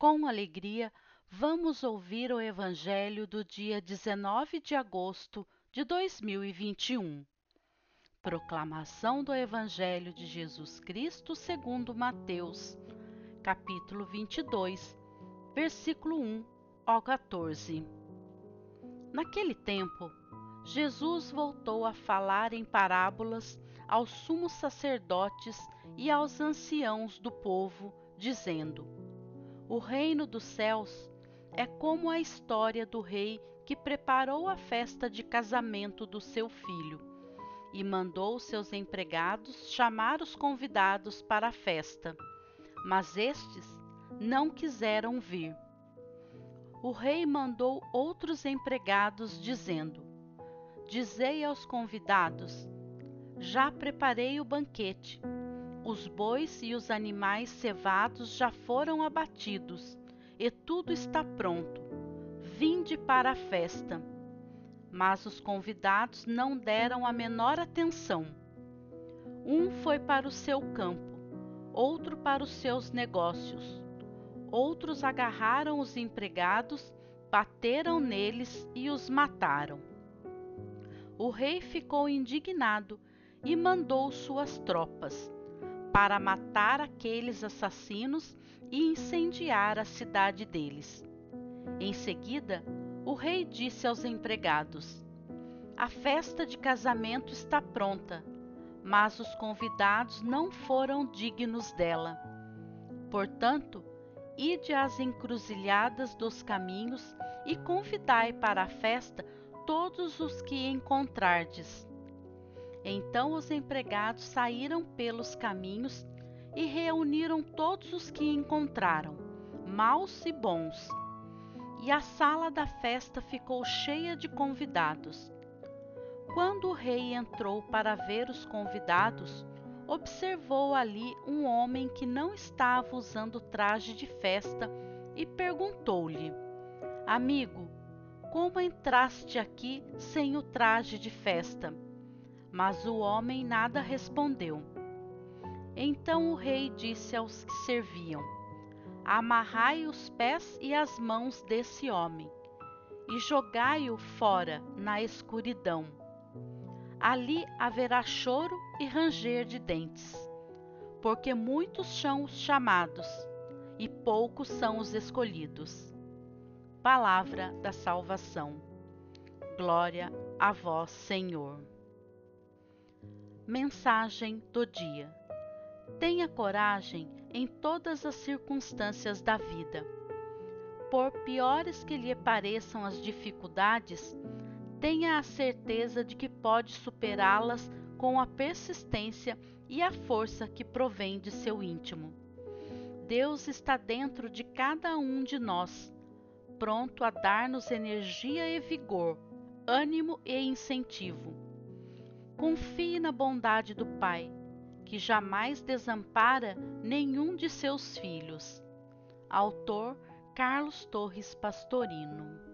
Com alegria, vamos ouvir o Evangelho do dia 19 de agosto de 2021. Proclamação do Evangelho de Jesus Cristo segundo Mateus, capítulo 22, versículo 1 ao 14. Naquele tempo, Jesus voltou a falar em parábolas aos sumos sacerdotes e aos anciãos do povo, dizendo: O reino dos céus é como a história do rei que preparou a festa de casamento do seu filho e mandou seus empregados chamar os convidados para a festa, mas estes não quiseram vir. O rei mandou outros empregados, dizendo: Dizei aos convidados: Já preparei o banquete. Os bois e os animais cevados já foram abatidos, e tudo está pronto. Vinde para a festa. Mas os convidados não deram a menor atenção. Um foi para o seu campo, outro para os seus negócios. Outros agarraram os empregados, bateram neles e os mataram. O rei ficou indignado e mandou suas tropas para matar aqueles assassinos e incendiar a cidade deles. Em seguida, o rei disse aos empregados: A festa de casamento está pronta, mas os convidados não foram dignos dela. Portanto, ide às encruzilhadas dos caminhos e convidai para a festa todos os que encontrardes. Então os empregados saíram pelos caminhos e reuniram todos os que encontraram, maus e bons. E a sala da festa ficou cheia de convidados. Quando o rei entrou para ver os convidados, observou ali um homem que não estava usando traje de festa e perguntou-lhe: Amigo, como entraste aqui sem o traje de festa? Mas o homem nada respondeu. Então o rei disse aos que serviam: Amarrai os pés e as mãos desse homem e jogai-o fora na escuridão. Ali haverá choro e ranger de dentes, porque muitos são os chamados e poucos são os escolhidos. Palavra da salvação. Glória a vós, Senhor. Mensagem do dia: Tenha coragem em todas as circunstâncias da vida. Por piores que lhe pareçam as dificuldades, tenha a certeza de que pode superá-las com a persistência e a força que provém de seu íntimo. Deus está dentro de cada um de nós, pronto a dar-nos energia e vigor, ânimo e incentivo. Confie na bondade do Pai, que jamais desampara nenhum de seus filhos. Autor Carlos Torres Pastorino.